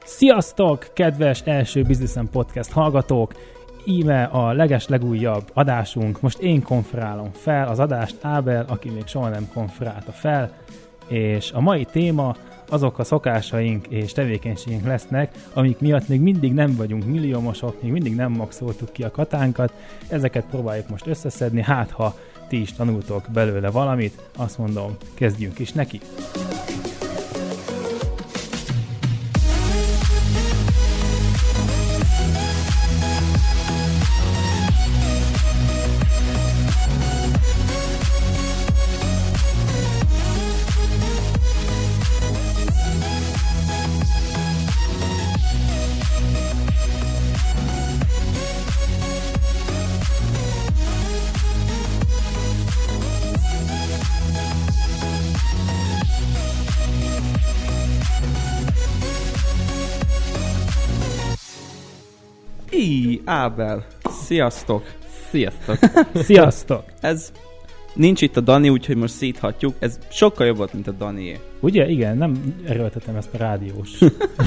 Sziasztok, kedves első Bizniszen Podcast hallgatók! Íme a legújabb adásunk. Most én konferálom fel az adást, Ábel, aki még soha nem konferálta fel, és a mai téma azok a szokásaink és tevékenységünk lesznek, amik miatt még mindig nem vagyunk milliómosok, még mindig nem maxoltuk ki a katánkat. Ezeket próbáljuk most összeszedni, hát ha ti is tanultok belőle valamit, azt mondom, kezdjünk is neki. Ábel, sziasztok! Sziasztok! Sziasztok! Ez nincs itt a Dani, úgyhogy most szíthatjuk. Ez sokkal jobb volt, mint a Danié. Ugye? Igen, nem erőltetem ezt a rádiós.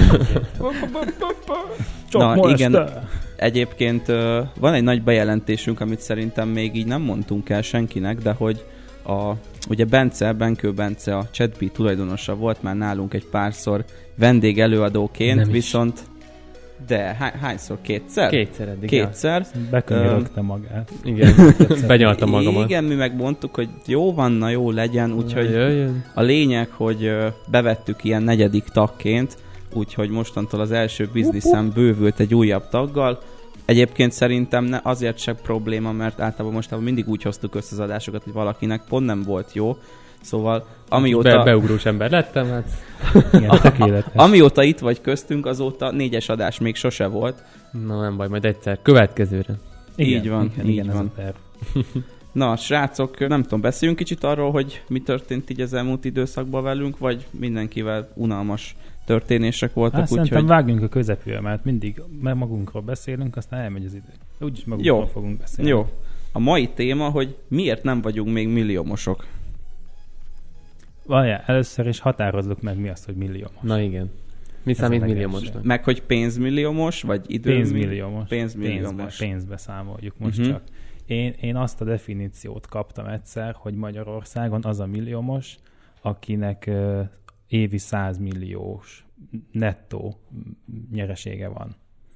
Na igen, egyébként van egy nagy bejelentésünk, amit szerintem még így nem mondtunk el senkinek, de hogy ugye Benkő Bence, a ChatBee tulajdonosa volt már nálunk egy párszor vendég előadóként, nem viszont... De hányszor? Kétszer? Kétszer eddig. Kétszer. Bekönyörögte magát. Igen, benyaltam magamat. Igen, mi megmondtuk, hogy jó van, na jó legyen, úgyhogy a lényeg, hogy bevettük ilyen negyedik tagként, úgyhogy mostantól az első bizniszem bővült egy újabb taggal. Egyébként szerintem azért sem probléma, mert általában mostában mindig úgy hoztuk össze az adásokat, hogy valakinek pont nem volt jó. Szóval amióta... Beugrós ember lettem, hát... Igen, tökéletes. Amióta itt vagy köztünk, azóta 4-es adás még sose volt. Na nem baj, majd egyszer következőre. Igen, így van, igen, így van. Na, srácok, nem tudom, beszéljünk kicsit arról, hogy mi történt így az elmúlt időszakban velünk, vagy mindenkivel unalmas történések voltak, szerintem vágjunk a közepére, mert mindig magunkról beszélünk, aztán elmegy az idő. Úgyis magunkról fogunk beszélni. Jó. A mai téma, hogy miért nem vagyunk még milliómosok. Várjál, először is határozzuk meg, mi az, hogy milliómos. Na igen. Mi számít milliómosnak? Meg, hogy pénzmilliómos, vagy Pénzmilliómos. Pénzbe számoljuk most csak. Én azt a definíciót kaptam egyszer, hogy Magyarországon az a milliómos, akinek évi 100 milliós nettó nyeresége van.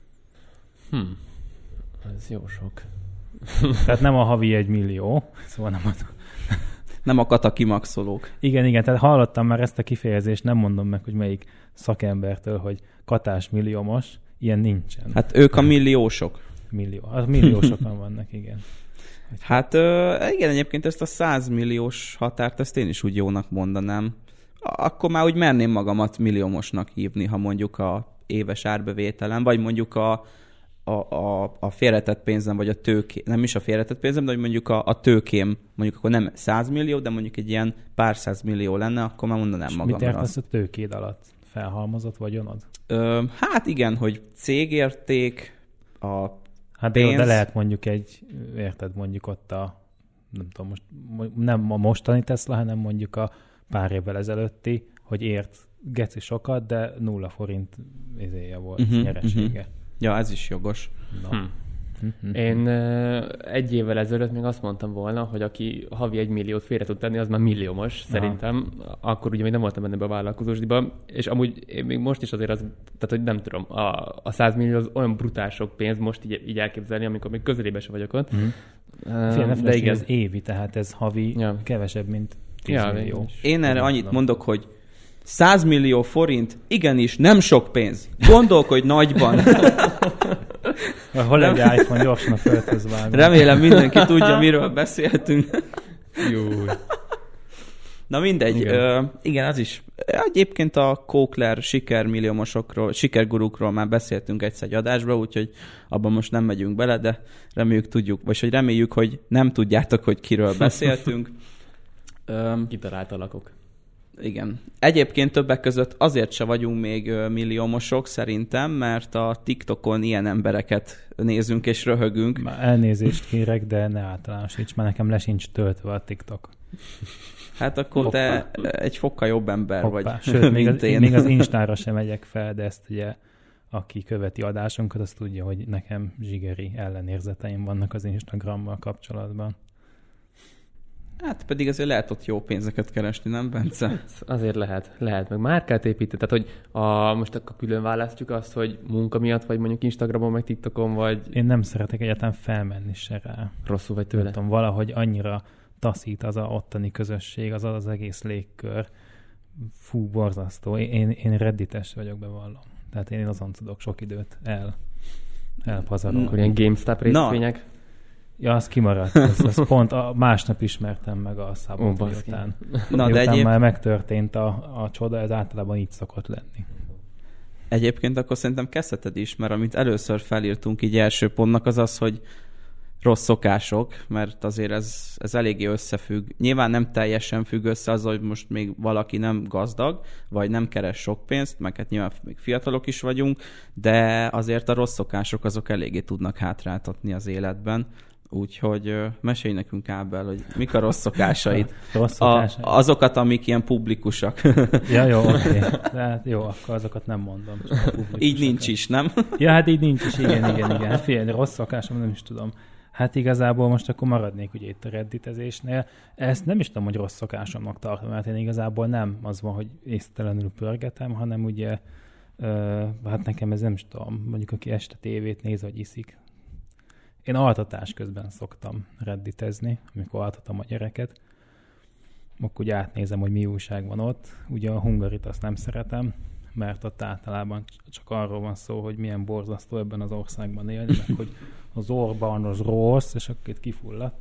Ez jó sok. Tehát nem a havi 1 millió, szóval nem az... Nem a kata kimaxolók. Igen, tehát hallottam már ezt a kifejezést, nem mondom meg, hogy melyik szakembertől, hogy katás milliómos, ilyen nincsen. Hát ők a milliósok. Milliósokan vannak, igen. Hát igen, egyébként ezt a 100 milliós határt, ezt én is úgy jónak mondanám. Akkor már úgy merném magamat milliómosnak hívni, ha mondjuk a éves árbevételem, vagy mondjuk a félretett pénzem, vagy a tőkém, nem is a félretett pénzem, de hogy mondjuk a tőkém, mondjuk akkor nem 100 millió, de mondjuk egy ilyen pár 100 millió lenne, akkor már mondanám és magamra. Mit értesz a tőkéd alatt? Felhalmozott vagyonod? Hát igen, hogy cégérték, a hát pénz... jó, de lehet mondjuk mondjuk ott nem tudom, nem a mostani Tesla, hanem mondjuk a pár évvel ezelőtti, hogy ért geci sokat, de 0 forint volt nyeresége. Ja, ez is jogos. Én egy évvel ezelőtt még azt mondtam volna, hogy aki havi 1 milliót félre tud tenni, az már milliómos, szerintem. Akkor ugye még nem voltam benne be a vállalkozósdiba, és amúgy én még most is azért tehát hogy nem tudom, a 100 millió az olyan brutál sok pénz most így elképzelni, amikor még közelébe sem vagyok ott. De igen, ez évi, tehát ez havi kevesebb, mint 10 millió. Én erre annyit mondok, hogy 100 millió forint, igenis, nem sok pénz. Gondolkodj nagyban. Hol egy iPhone, gyorsan a földhöz vágom. Remélem mindenki tudja, miről beszéltünk. Jó. Na mindegy. Igen, az is. Egyébként a Kókler sikermilliómosokról, sikergurukról már beszéltünk egyszer adásba, úgyhogy abban most nem megyünk bele, de reméljük, hogy nem tudjátok, hogy kiről beszéltünk. Kitalált alakok. Igen. Egyébként többek között azért se vagyunk még milliómosok szerintem, mert a TikTokon ilyen embereket nézünk és röhögünk. Már elnézést kérek, de ne általánosíts, mert nekem le sincs töltve a TikTok. Hát akkor te egy fokkal jobb ember vagy, Sőt, mint én. még az Instára sem megyek fel, de ezt ugye aki követi adásunkat, az tudja, hogy nekem zsigeri ellenérzeteim vannak az Instagrammal kapcsolatban. Hát pedig azért lehet ott jó pénzeket keresni, nem, Bence? Azért lehet meg márkát építeni. Tehát, hogy most akkor külön választjuk azt, hogy munka miatt, vagy mondjuk Instagramon, meg TikTokon, vagy... Én nem szeretek egyáltalán felmenni se rá. Rosszul vagy tőle? Tudom, valahogy annyira taszít az a ottani közösség, az egész légkör. Fú, borzasztó. Én reddites vagyok, bevallom. Tehát én azon tudok sok időt elpazarolni. Akkor ilyen GameStop részvények? Ja, az kimaradt. Az pont másnap ismertem meg a szabot, miután. Miután már megtörtént a csoda, ez általában így szokott lenni. Egyébként akkor szerintem kezdheted is, mert amit először felírtunk így első pontnak az az, hogy rossz szokások, mert azért ez eléggé összefügg. Nyilván nem teljesen függ össze az, hogy most még valaki nem gazdag, vagy nem keres sok pénzt, meg hát nyilván még fiatalok is vagyunk, de azért a rossz szokások azok eléggé tudnak hátráltatni az életben. Úgyhogy mesélj nekünk, Ábel, hogy mik a rossz szokásaid. Azokat, amik ilyen publikusak. Ja, jó, oké. Hát jó, akkor azokat nem mondom. Így nincs is, nem? Ja, hát így nincs is, igen. Hát figyelj, rossz szokásom, nem is tudom. Hát igazából most akkor maradnék ugye itt a redditezésnél. Ezt nem is tudom, hogy rossz szokásomnak tartom, mert én igazából nem az van, hogy észtelenül pörgetem, hanem ugye, hát nekem ez nem is tudom, mondjuk aki este tévét néz, vagy iszik. Én altatás közben szoktam redditezni, amikor altatom a gyereket. Akkor ugye átnézem, hogy mi újság van ott. Ugye a Hungarit azt nem szeretem, mert ott általában csak arról van szó, hogy milyen borzasztó ebben az országban élni, meg hogy az Orbán az rossz, és akkor itt kifulladt.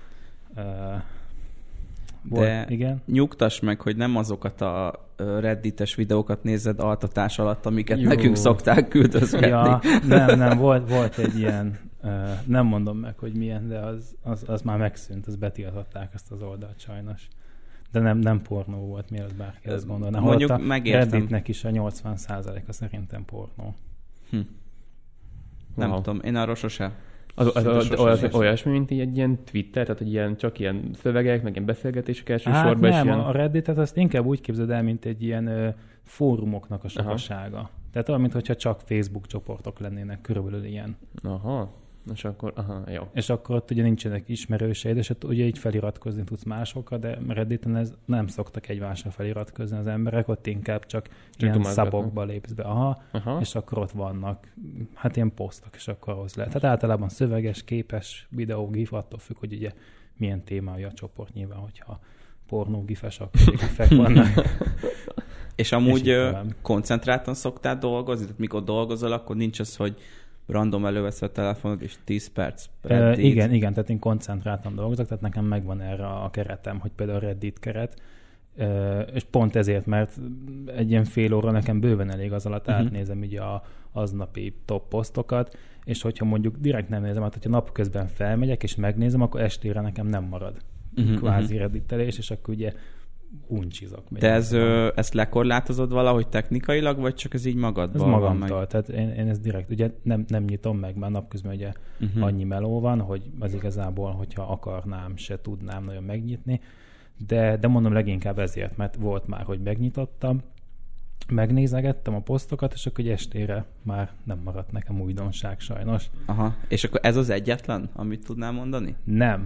De igen? Nyugtass meg, hogy nem azokat a reddites videókat nézed altatás alatt, amiket nekünk szokták küldözgetni. Ja, nem, volt egy ilyen, nem mondom meg, hogy milyen, de az már megszűnt, az betiltották ezt az oldalt sajnos. De nem pornó volt, mielőtt bárki ezt gondolná. Mondjuk megértem. Redditnek is a 80%-a szerintem pornó. Nem tudom, én arról sose. Az olyasmi, mint egy ilyen Twitter, tehát hogy csak ilyen szövegek, meg ilyen beszélgetések elsősorban. Hát nem, a Redditet azt inkább úgy képzeld el, mint egy ilyen fórumoknak a sokasága. Tehát olyan, mintha csak Facebook csoportok lennének, körülbelül ilyen. Aha. És akkor, jó. És akkor ott ugye nincsenek ismerőseid, és ott ugye így feliratkozni tudsz másokra, de Redditen ez nem szoktak egymásra feliratkozni az emberek, ott inkább csak ilyen szabokba lépsz be. Aha. És akkor ott vannak hát ilyen posztok, és akkor ahhoz lehet. Hát általában szöveges, képes, videó, gif, attól függ, hogy ugye milyen témája a csoport nyilván, hogyha pornó, gifes, akkor gifek vannak. És amúgy koncentráltan szoktál dolgozni? Tehát mikor dolgozol, akkor nincs az, hogy random előveszed a telefonod, és 10 perc Reddit. Igen, tehát én koncentráltan dolgozok, tehát nekem megvan erre a keretem, hogy például a Reddit keret, és pont ezért, mert egy ilyen fél óra nekem bőven elég az alatt, átnézem ugye a aznapi top posztokat, és hogyha mondjuk direkt nem nézem, hát hogyha napközben felmegyek, és megnézem, akkor estére nekem nem marad kvázi redditelés, és akkor ugye uncsizok. De ezt lekorlátozod valahogy technikailag, vagy csak ez így magadban? Ez magamtól, tehát én ezt direkt, ugye nem nyitom meg, mert napközben ugye annyi meló van, hogy az igazából, hogyha akarnám, se tudnám nagyon megnyitni, de mondom leginkább ezért, mert volt már, hogy megnyitottam, megnézegettem a posztokat, és akkor estére már nem maradt nekem újdonság sajnos. Aha, és akkor ez az egyetlen, amit tudnál mondani? Nem.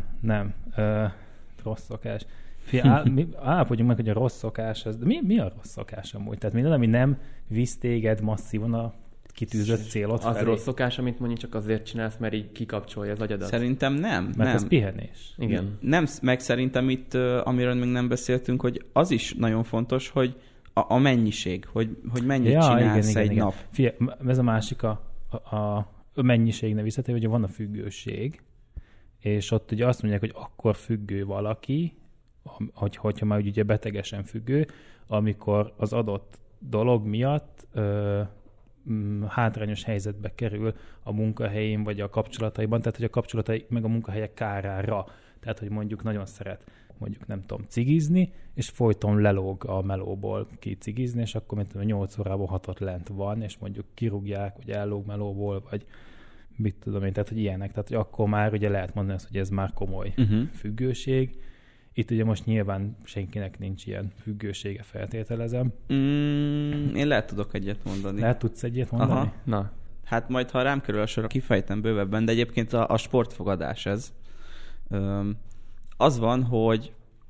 Rossz szokás. Állapodjunk meg, hogy a rossz szokás, de mi a rossz szokás amúgy? Tehát minden, ami nem visz téged masszívan a kitűzött célot felé. Az rossz szokás, amit mondjuk csak azért csinálsz, mert így kikapcsolja az agyadat? Szerintem nem. Mert nem. ez pihenés. Igen. Nem, meg szerintem itt, amiről még nem beszéltünk, hogy az is nagyon fontos, hogy a mennyiség, hogy mennyit csinálsz egy nap. Figyelj, ez a másik a mennyiségnek visszatérve, hogy van a függőség, és ott ugye azt mondják, hogy akkor függő valaki, hogyha már ugye betegesen függő, amikor az adott dolog miatt hátrányos helyzetbe kerül a munkahelyén vagy a kapcsolataiban, tehát hogy a kapcsolatai meg a munkahelyek kárára. Tehát, hogy mondjuk nagyon szeret mondjuk nem tudom, cigizni, és folyton lelóg a melóból kicigizni, és akkor mint 8 órából 6-ot lent van, és mondjuk kirúgják, vagy ellóg melóból, vagy mit tudom én, tehát hogy ilyenek. Tehát, hogy akkor már ugye lehet mondani azt, hogy ez már komoly függőség, Itt ugye most nyilván senkinek nincs ilyen függősége, feltételezem. Én lehet tudok egyet mondani. Lehet tudsz egyet mondani? Aha. Na. Hát majd, ha rám kerül a sor, kifejtem bővebben, de egyébként a sportfogadás ez. Az van, hogy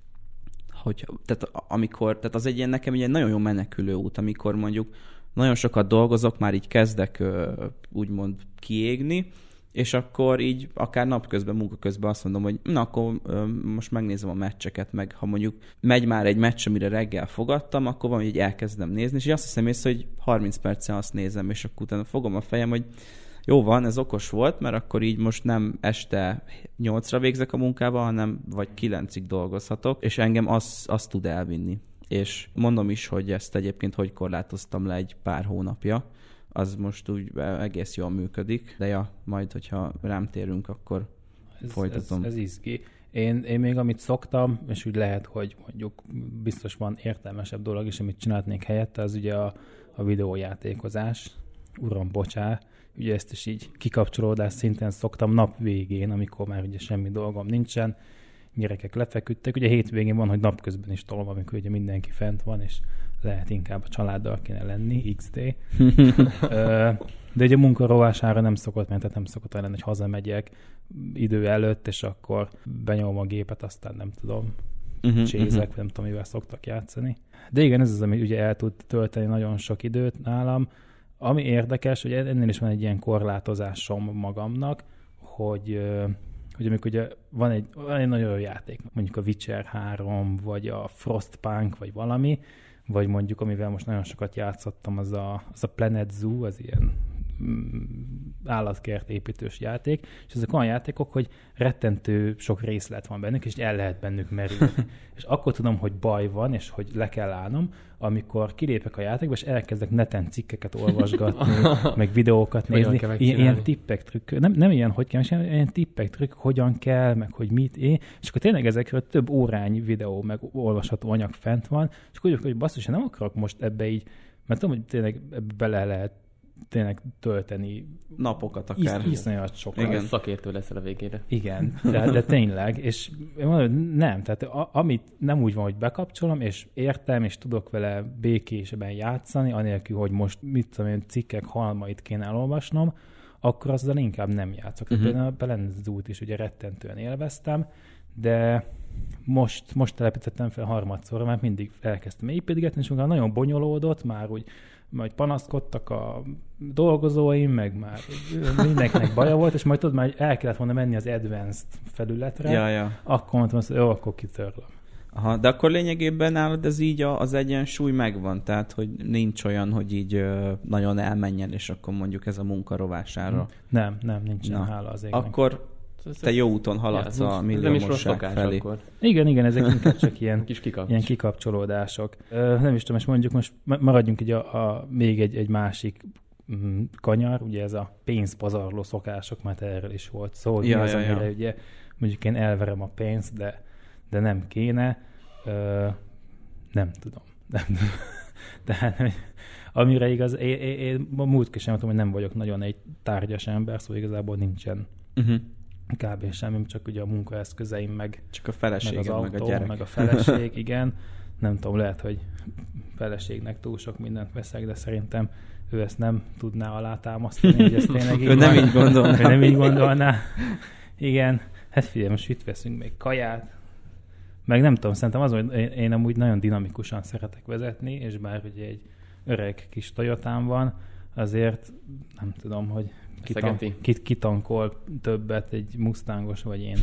tehát az egy ilyen, nekem egy nagyon jó menekülő út, amikor mondjuk nagyon sokat dolgozok, már így kezdek úgymond kiégni, és akkor így akár napközben, munkaközben azt mondom, hogy na akkor most megnézem a meccseket, meg ha mondjuk megy már egy meccs, amire reggel fogadtam, akkor van, hogy így elkezdem nézni, és azt hiszem észre, hogy 30 percen azt nézem, és akkor utána fogom a fejem, hogy jó van, ez okos volt, mert akkor így most nem este 8-ra végzek a munkába, hanem vagy 9-ig dolgozhatok, és engem az tud elvinni. És mondom is, hogy ezt egyébként hogy korlátoztam le egy pár hónapja, az most úgy egész jól működik, de ja, majd, hogyha rám térünk, akkor folytatom. Ez izgi. Én még amit szoktam, és úgy lehet, hogy mondjuk biztos van értelmesebb dolog is, amit csinálnék helyette, az ugye a videójátékozás. Uram, bocsá, ugye ezt is így kikapcsolódás szinten szoktam nap végén, amikor már ugye semmi dolgom nincsen, gyerekek lefeküdtek. Ugye hétvégén van, hogy napközben is tolom, amikor ugye mindenki fent van, és lehet inkább a családdal kéne lenni, XD. De ugye a munka rovására nem szokott, mert nem szokott lenni, hogy hazamegyek idő előtt, és akkor benyomom a gépet, aztán nem tudom, csézek, nem tudom, mivel szoktak játszani. De igen, ez az, ami ugye el tud tölteni nagyon sok időt nálam. Ami érdekes, hogy ennél is van egy ilyen korlátozásom magamnak, hogy amikor ugye van egy nagyon jó játék, mondjuk a Witcher 3, vagy a Frostpunk, vagy valami, vagy mondjuk, amivel most nagyon sokat játszottam, az a Planet Zoo, az ilyen állatkert építős játék, és ezek olyan játékok, hogy rettentő sok részlet van bennük, és el lehet bennük merülni. És akkor tudom, hogy baj van, és hogy le kell állnom, amikor kilépek a játékba, és elkezdek neten cikkeket olvasgatni, meg videókat nézni. Ilyen tippek, trükk, nem ilyen, hogy kell, hanem ilyen tippek, trükk, hogyan kell, meg hogy mit és akkor tényleg ezekről több órányi videó, meg olvasható anyag fent van, és akkor hogy basszus, nem akarok most ebbe így, mert tudom, hogy tényleg bele lehet tényleg tölteni napokat akár. Iszonyat sokat. Igen. Szakértő leszel a végére. Igen, de tényleg. És nem, tehát amit nem úgy van, hogy bekapcsolom, és értem, és tudok vele békésebben játszani, anélkül, hogy most mit tudom én, cikkek halmait kéne elolvasnom, akkor azzal inkább nem játszok. Például Planet Zoo-t is ugye rettentően élveztem, de most telepítettem fel harmadszorra, mert mindig elkezdtem építgetni, és amikor nagyon bonyolódott, már úgy majd panaszkodtak a dolgozóim, meg már mindenkinek baja volt, és majd tudod, már el kellett volna menni az Advanced felületre, akkor mondtam azt, hogy jó, akkor kitörlöm. Aha, de akkor lényegében nálad ez így az egyensúly megvan, tehát hogy nincs olyan, hogy így nagyon elmenjen, és akkor mondjuk ez a munka rovására. Nem, nincsen, hála az égnek. Akkor te jó úton haladsz a milliómosság felé. Akkor. Igen, ezek inkább csak ilyen kikapcsolódások. Nem is tudom, és mondjuk most maradjunk így még egy másik kanyar, ugye ez a pénzpazarló szokások, mert erről is volt szó, hogy amire ugye mondjuk én elverem a pénzt, de nem kéne. Nem tudom. Tehát amire igaz, én múltkor sem mondtam, hogy nem vagyok nagyon egy tárgyas ember, szóval igazából nincsen kb. Semmi, csak ugye a munkaeszközeim, meg csak a feleségem, meg az autó, meg a gyerek. Meg a feleség, igen. Nem tudom, lehet, hogy feleségnek túl sok mindent veszek, de szerintem ő ezt nem tudná alátámasztani, hogy ez tényleg így ő nem így gondolná. Ő nem így gondolná. Igen. Hát figyelj, most itt veszünk még kaját. Meg nem tudom, szerintem az, hogy én amúgy nagyon dinamikusan szeretek vezetni, és bár ugye egy öreg kis Toyotám van, azért nem tudom, hogy kitankol többet egy Mustangos vagy én.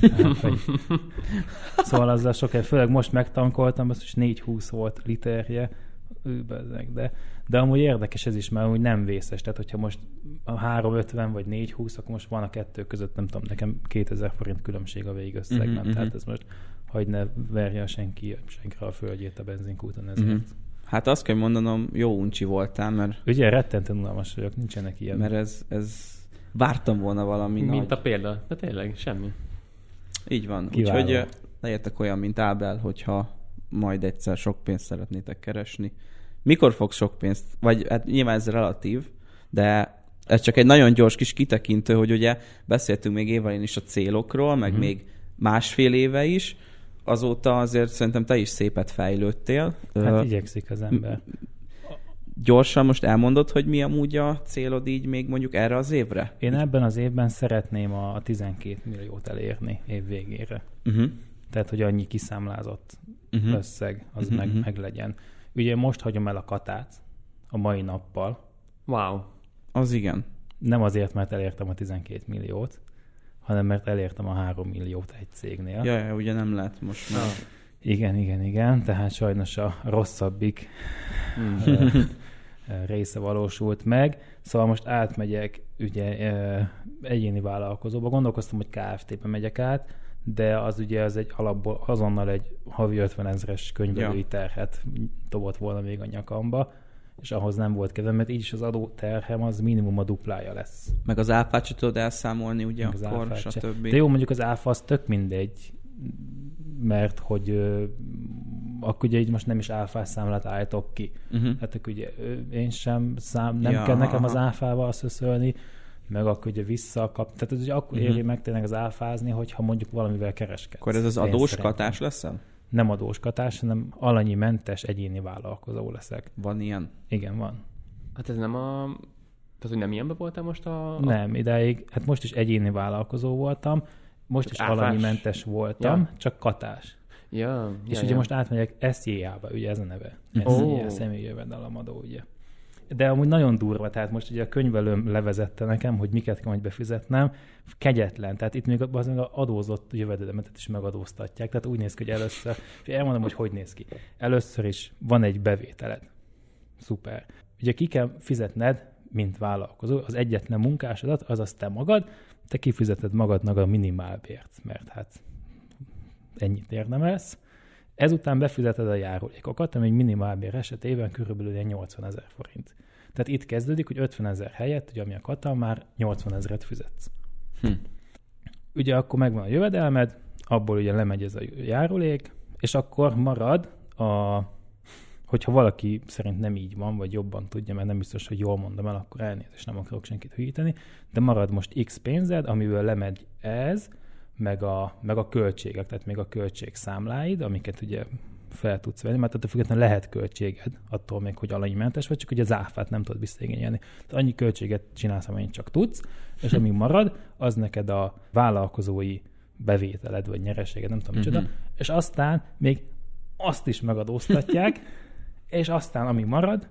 Szóval azzal sokáig, főleg most megtankoltam, az is 420 volt literje, de amúgy érdekes ez is, mert úgy nem vészes. Tehát, hogyha most a 350 vagy 420, akkor most van a kettő között, nem tudom, nekem 2000 forint különbség a végösszegben. Tehát ez most hagy ne verje senkire a földjét a benzinkúton ezért. Hát azt kell mondanom, jó uncsi voltál, mert... Ugye rettentően unalmas vagyok, nincsenek ilyen. Mert ez vártam volna valami mint nagy... a példa, de tényleg semmi. Így van. Kiváló. Úgyhogy legyetek olyan, mint Ábel, hogyha majd egyszer sok pénzt szeretnétek keresni. Mikor fogsz sok pénzt? Vagy hát nyilván ez relatív, de ez csak egy nagyon gyors kis kitekintő, hogy ugye beszéltünk még Évalin is a célokról, meg még másfél éve is, azóta azért szerintem te is szépet fejlődtél. Hát igyekszik az ember. Gyorsan most elmondod, hogy mi amúgy a célod így még mondjuk erre az évre? Én ebben az évben szeretném a 12 milliót elérni év végére. Tehát, hogy annyi kiszámlázott összeg, az meg legyen. Ugye most hagyom el a katát a mai nappal. Wow. Az igen. Nem azért, mert elértem a 12 milliót, hanem mert elértem a 3 milliót egy cégnél. Ja, ugye nem lehet most már. Igen. Tehát sajnos a rosszabbik része valósult meg. Szóval most átmegyek ugye egyéni vállalkozóba. Gondolkoztam, hogy Kft-be megyek át, de az ugye az egy alapból azonnal egy havi 50 000-es könyvelői terhet dobott volna még a nyakamba, és ahhoz nem volt kedvem, mert így is az adó terhem az minimum a duplája lesz. Meg az áfát sem tudod elszámolni, ugye akkor, stb. De jó, mondjuk az áfa az tök mindegy, mert hogy akkor ugye így most nem is áfás számlát állítok ki. Hát akkor ugye én sem nem kell nekem az áfával szöszölni, meg akkor ugye visszakap. Tehát ez ugye akkor éri meg tényleg az áfázni, hogyha mondjuk valamivel kereskedsz. Akkor ez az adóskatás leszel? Nem adóskatás, hanem alanyi mentes egyéni vállalkozó leszek. Van ilyen? Igen, van. Hát ez nem a... Tehát, hogy nem ilyenben voltál most Nem, idáig, hát most is egyéni vállalkozó voltam, most is alanyi mentes voltam, csak katás. És ugye most átmegyek SZJ-ba, ugye ez a neve. SZJ, személyi jövedelemadó, ugye. De amúgy nagyon durva, tehát most ugye a könyvelőm levezette nekem, hogy miket kell majd befizetnem. Kegyetlen, tehát itt még az adózott jövedelemet is megadóztatják, tehát úgy néz ki, hogy először, elmondom, hogy néz ki. Először is van egy bevételed. Szuper. Ugye ki kell fizetned, mint vállalkozó, az egyetlen munkásodat, azaz te magad, te kifizeted magadnak a minimálbért, mert hát ennyit érdemelsz. Ezután befizeted a járulékokat, ami egy minimálbér esetében körülbelül 80 000 forint. Tehát itt kezdődik, hogy 50 000 helyett, ugye ami a kata, már 80 000-et fizetsz. Ugye akkor megvan a jövedelmed, abból ugye lemegy ez a járulék, és akkor marad hogyha valaki szerint nem így van, vagy jobban tudja, mert nem biztos, hogy jól mondom el, akkor elnézést, nem akarok senkit hülyíteni, de marad most X pénzed, amiből lemegy ez, meg a költségek, tehát még a költségszámláid, amiket ugye fel tudsz venni, mert attól függetlenül lehet költséged, attól még, hogy alanymentes vagy, csak ugye az áfát nem tudod visszaigényelni. Tehát annyi költséget csinálsz, amennyit csak tudsz, és ami marad, az neked a vállalkozói bevételed, vagy nyereséged, nem tudom micsoda, és aztán még azt is megadóztatják, és aztán ami marad,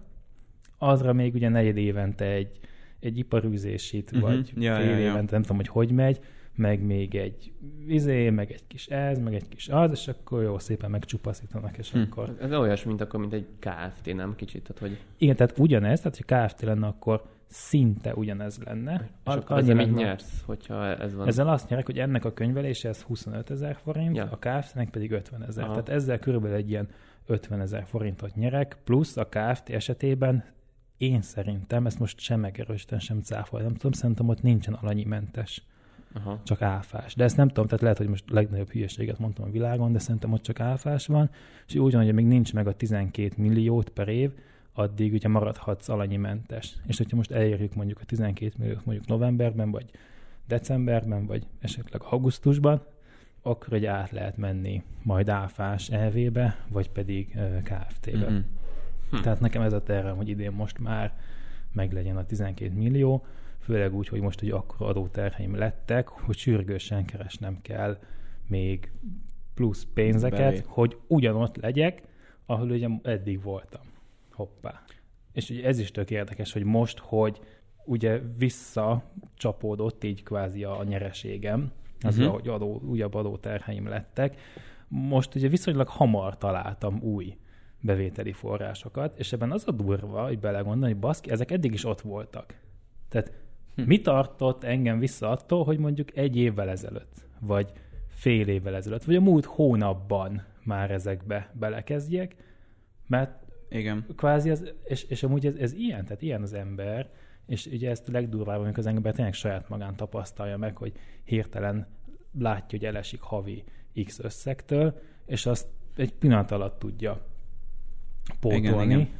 azra még ugye negyed évente egy iparűzésit, vagy fél évente, nem tudom, hogy megy, meg még egy meg egy kis ez, meg egy kis az, és akkor jó, szépen megcsupaszítanak, és akkor... Ez olyas, mint egy Kft, nem? Kicsit, tehát hogy... Igen, tehát ugyanez, tehát hogy Kft lenne, akkor szinte ugyanez lenne. És akkor ezzel mit nyersz, hogyha ez van? Ezzel azt nyerek, hogy ennek a könyvelése ez 25 000 forint, a Kft-nek pedig 50 000. Tehát ezzel körülbelül egy ilyen 50 000 forintot nyerek, plusz a Kft esetében én szerintem, ezt most sem megerősítem, sem cáfoltam, nem tudom, szerintem ott nincsen alanyimentes. Csak áfás. De ezt nem tudom, tehát lehet, hogy most legnagyobb hülyeséget mondtam a világon, de szerintem ott csak áfás van, és úgy van, hogy még nincs meg a 12 milliót per év, addig ugye maradhatsz alanyimentes. És hogyha most elérjük mondjuk a 12 milliót mondjuk novemberben, vagy decemberben, vagy esetleg augusztusban, akkor ugye át lehet menni majd áfás EV-be, vagy pedig Kft-be. Tehát nekem ez a tervem, hogy idén most már meglegyen a 12 millió, főleg úgy, hogy most ugye akkor adóterheim lettek, hogy sürgősen keresnem kell még plusz pénzeket, hogy ugyanott legyek, ahol ugye eddig voltam. Hoppá. És ugye ez is tök érdekes, hogy most, hogy ugye visszacsapódott így kvázi a nyereségem, az, hogy újabb adóterheim lettek, most ugye viszonylag hamar találtam új bevételi forrásokat, és ebben az a durva, hogy belegondolni, hogy baszki, ezek eddig is ott voltak. Tehát mi tartott engem vissza attól, hogy mondjuk egy évvel ezelőtt, vagy fél évvel ezelőtt, vagy a múlt hónapban már ezekbe belekezdjek, mert igen. Kvázi az, és amúgy ez ilyen, tehát ilyen az ember, és ugye ezt a legdurvább, amikor az ember tényleg saját magán tapasztalja meg, hogy hirtelen látja, hogy elesik havi X összegtől, és azt egy pillanat alatt tudja pótolni. Igen.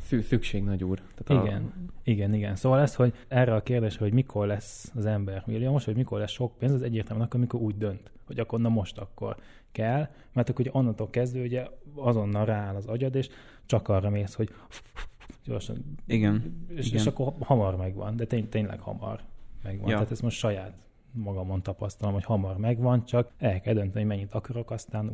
Szükség nagy úr. Igen. Szóval ez, hogy erre a kérdésre, hogy mikor lesz az ember milliómos, vagy mikor lesz sok pénz, az egyértelműen akkor, amikor úgy dönt, hogy akkor most akkor kell, mert akkor ugye onnantól kezdve ugye azonnal rááll az agyad, és csak arra mész, hogy gyorsan. Igen. És akkor hamar megvan, de tényleg hamar megvan. Ja. Tehát ezt most saját magamon tapasztalom, hogy hamar megvan, csak el kell dönteni, hogy mennyit akarok, aztán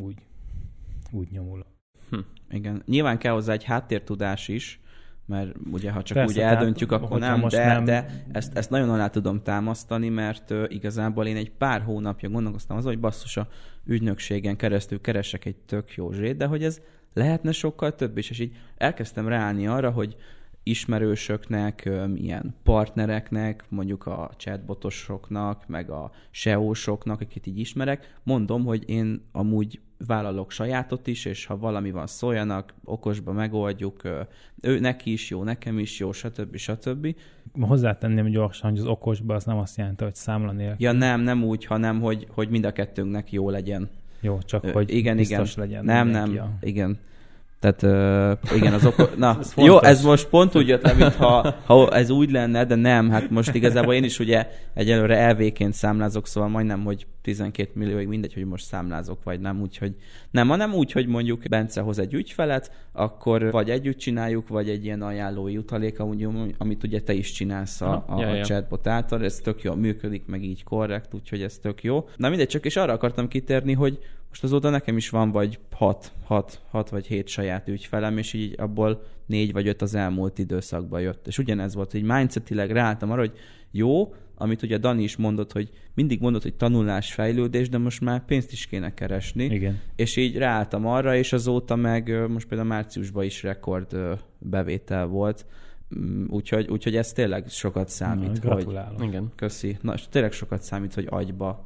úgy nyomul. Igen. Nyilván kell hozzá egy háttértudás is, mert ugye ha csak persze, úgy eldöntjük, akkor nem, de ezt nagyon alá tudom támasztani, mert igazából én egy pár hónapja gondolkoztam azon, hogy basszus, a ügynökségen keresztül keresek egy tök jó zsét, de hogy ez lehetne sokkal több is, és így elkezdtem ráállni arra, hogy ismerősöknek, ilyen partnereknek, mondjuk a chatbotosoknak, meg a SEO-soknak, akit így ismerek, mondom, hogy én amúgy vállalok sajátot is, és ha valami van, szóljanak, okosba megoldjuk, ő neki is jó, nekem is jó, stb. Hozzátenném gyorsan, hogy az okosba az nem azt jelenti, hogy számla nélkül. Ja nem úgy, hanem hogy mind a kettőnknek jó legyen. Jó, csak hogy biztos legyen. Nem, igen. Tehát igen, az na, ez jó, ez most pont úgy jött le, mintha ez úgy lenne, de nem, hát most igazából én is ugye egyelőre LV-ként számlázok, szóval majdnem, hogy 12 millióig mindegy, hogy most számlázok, vagy nem, úgyhogy nem, hanem úgy, hogy mondjuk Bence hoz egy ügyfelet, akkor vagy együtt csináljuk, vagy egy ilyen ajánlói utalék, amit ugye te is csinálsz a chatbot által, ez tök jól működik, meg így korrekt, úgyhogy ez tök jó. Na mindegy, csak és arra akartam kitérni, hogy most azóta nekem is van vagy 6 vagy 7 saját ügyfelem, és így abból 4 vagy 5 az elmúlt időszakban jött. És ugyanez volt, hogy mindsetileg ráálltam arra, hogy jó, amit ugye Dani is mondott, hogy mindig mondott, hogy tanulás, fejlődés, de most már pénzt is kéne keresni. Igen. És így ráálltam arra, és azóta meg most például márciusban is rekord bevétel volt. Úgyhogy ez tényleg sokat számít. Gratulálok. Igen. Köszi. Na, és tényleg sokat számít, hogy agyba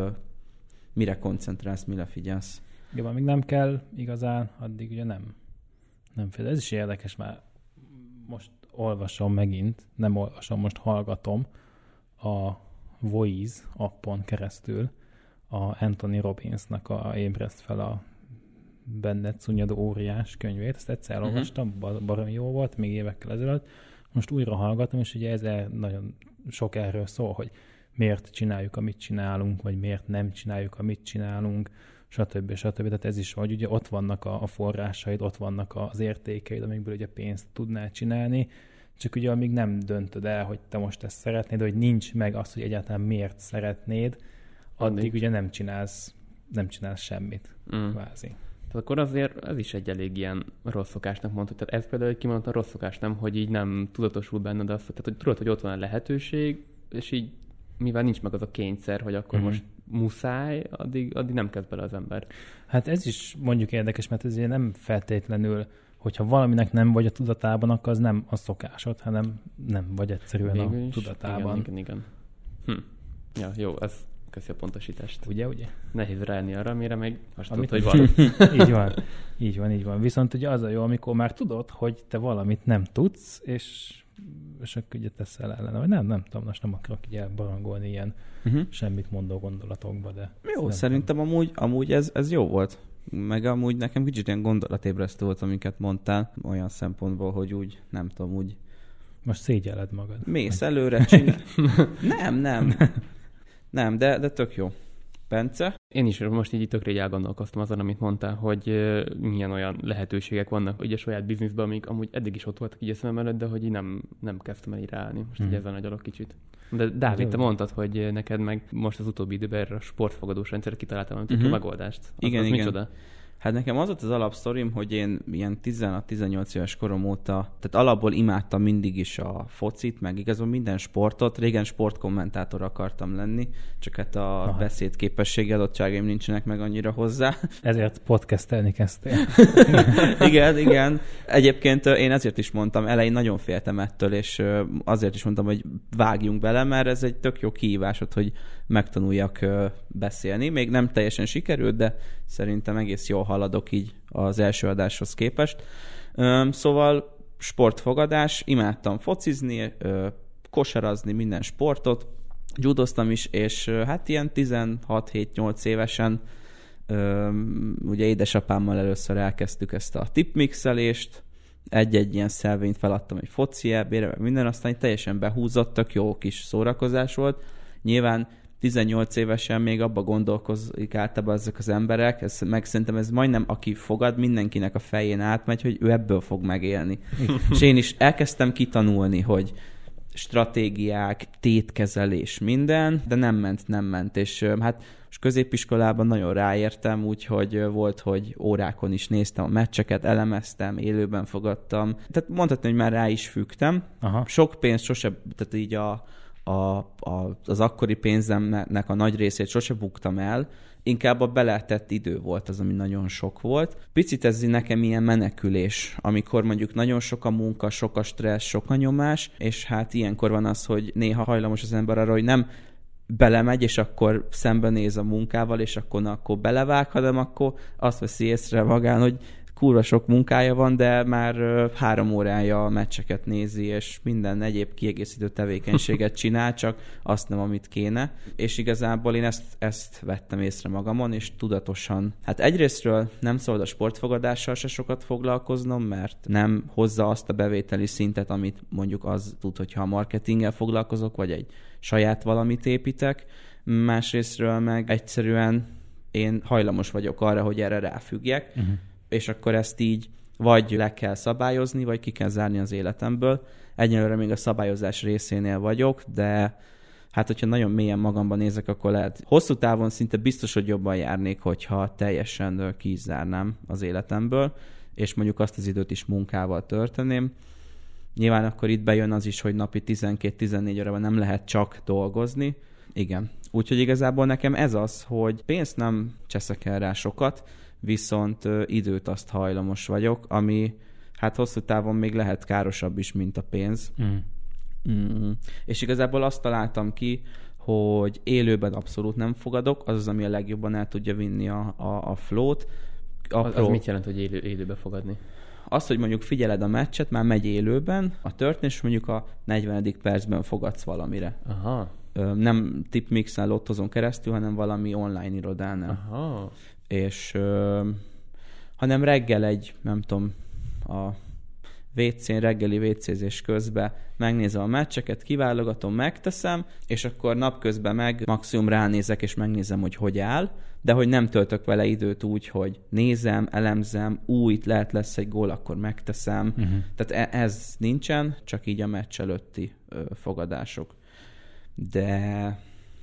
mire koncentrálsz, mire figyelsz. Igen, amíg nem kell igazán, addig ugye nem fél. Ez is érdekes, már most olvasom megint, nem olvasom, most hallgatom a Voice appon keresztül a Anthony Robbinsnak a Ébreszt fel a benned szunnyadó óriás könyvét. Ezt egyszer elolvastam, baromi jó volt, még évekkel ezelőtt. Most újra hallgatom, és ugye ez nagyon sok erről szól, hogy miért csináljuk, amit csinálunk, vagy miért nem csináljuk, amit csinálunk, stb. Tehát ez is, hogy ugye ott vannak a forrásaid, ott vannak az értékeid, amikből ugye pénzt tudnál csinálni, csak ugye amíg nem döntöd el, hogy te most ezt szeretnéd, hogy nincs meg az, hogy egyáltalán miért szeretnéd, addig ugye nem csinálsz semmit, kvázi. Tehát akkor azért ez is egy elég ilyen rossz szokásnak mondhatod. Tehát ez például egy kimondottan rossz szokás, nem, hogy így nem tudatosul benned azt, tehát hogy tudod, hogy ott van a lehetőség, és így mivel nincs meg az a kényszer, hogy akkor most muszáj, addig nem kezd bele az ember. Hát ez is mondjuk érdekes, mert ez nem feltétlenül, hogyha valaminek nem vagy a tudatában, akkor az nem a szokásod, hanem nem vagy egyszerűen a tudatában. Igen. Ja, jó, ez köszi a pontosítást. Ugye? Nehéz rájönni arra, amire még azt tudod, hogy van. Így van. Viszont ugye az a jó, amikor már tudod, hogy te valamit nem tudsz, és akkor ugye teszel ellene, vagy nem tudom, most nem akarok így elbarangolni ilyen semmit mondó gondolatokba, de... Jó, szerintem amúgy ez jó volt. Meg amúgy nekem kicsit ilyen gondolatébresztő volt, amiket mondtál, olyan szempontból, hogy úgy, nem tudom, úgy... Most szégyelled magad. Mész előre, csinál. Nem, de tök jó. Bence? Én is most így tökre elgondolkoztam azon, amit mondtál, hogy milyen olyan lehetőségek vannak ugye a saját bizniszben, amik amúgy eddig is ott voltak így a szemem előtt, de hogy így nem kezdtem el így ráállni. Most így ezen agyalok kicsit. De Dávid, te mondtad, hogy neked meg most az utóbbi időben erre a sportfogadós rendszerre kitaláltam valami megoldást. Igen. Micsoda? Hát nekem az volt az alapsztorim, hogy én ilyen 16-18 éves korom óta, tehát alapból imádtam mindig is a focit, meg igazából minden sportot. Régen sportkommentátor akartam lenni, csak hát a beszédképességi adottságaim nincsenek meg annyira hozzá. Ezért podcastelni kezdtél. Igen. Egyébként én ezért is mondtam, elején nagyon féltem ettől, és azért is mondtam, hogy vágjunk bele, mert ez egy tök jó kihívásod, hogy megtanuljak beszélni. Még nem teljesen sikerült, de szerintem egész jól haladok így az első adáshoz képest. Szóval sportfogadás, imádtam focizni, kosarazni, minden sportot, judoztam is, és hát ilyen 16-7-8 évesen ugye édesapámmal először elkezdtük ezt a tipmixelést, egy-egy ilyen szelvényt feladtam egy foci EB-re, meg minden, aztán teljesen behúzottak, jó kis szórakozás volt. Nyilván 18 évesen még abba gondolkozik általában ezek az emberek, meg szerintem ez majdnem, aki fogad, mindenkinek a fején átmegy, hogy ő ebből fog megélni. És én is elkezdtem kitanulni, hogy stratégiák, tétkezelés, minden, de nem ment. És hát most középiskolában nagyon ráértem, úgyhogy volt, hogy órákon is néztem a meccseket, elemeztem, élőben fogadtam. Tehát mondhatni, hogy már rá is fügtem. Aha. Sok pénzt sose, tehát így az akkori pénzemnek a nagy részét sose buktam el, inkább a beletett idő volt az, ami nagyon sok volt. Picit ez nekem ilyen menekülés, amikor mondjuk nagyon sok a munka, sok a stressz, sok a nyomás, és hát ilyenkor van az, hogy néha hajlamos az ember arra, hogy nem belemegy, és akkor szembenéz a munkával, és akkor belevág, hanem akkor azt veszi észre magán, hogy kurva sok munkája van, de már 3 órája a meccseket nézi, és minden egyéb kiegészítő tevékenységet csinál, csak azt nem, amit kéne. És igazából én ezt vettem észre magamon, és tudatosan. Hát egyrésztről nem szabad a sportfogadással se sokat foglalkoznom, mert nem hozza azt a bevételi szintet, amit mondjuk az tud, hogyha a marketinggel foglalkozok, vagy egy saját valamit építek. Másrésztről meg egyszerűen én hajlamos vagyok arra, hogy erre ráfüggjek, és akkor ezt így vagy le kell szabályozni, vagy ki kell zárni az életemből. Egyelőre még a szabályozás részénél vagyok, de hát, hogyha nagyon mélyen magamban nézek, akkor lehet. Hosszú távon szinte biztos, hogy jobban járnék, hogyha teljesen ki is zárnám az életemből, és mondjuk azt az időt is munkával tölteném. Nyilván akkor itt bejön az is, hogy napi 12-14 órában nem lehet csak dolgozni. Igen. Úgyhogy igazából nekem ez az, hogy pénzt nem cseszek el rá sokat, viszont időt azt hajlamos vagyok, ami hát hosszú távon még lehet károsabb is, mint a pénz. És igazából azt találtam ki, hogy élőben abszolút nem fogadok, az, ami a legjobban el tudja vinni a flow-t. Az mit jelent, hogy élőben fogadni? Az, hogy mondjuk figyeled a meccset, már megy élőben, a történés mondjuk a 40. percben fogadsz valamire. Aha. Nem tipmixen, lottozón keresztül, hanem valami online irodánál. Aha. És hanem reggel nem tudom, a WC-n, reggeli WC-zés közben megnézem a meccseket, kiválogatom, megteszem, és akkor napközben meg maximum ránézek, és megnézem, hogy áll, de hogy nem töltök vele időt úgy, hogy nézem, elemzem, itt lesz egy gól, akkor megteszem. Tehát ez nincsen, csak így a meccs előtti fogadások. De...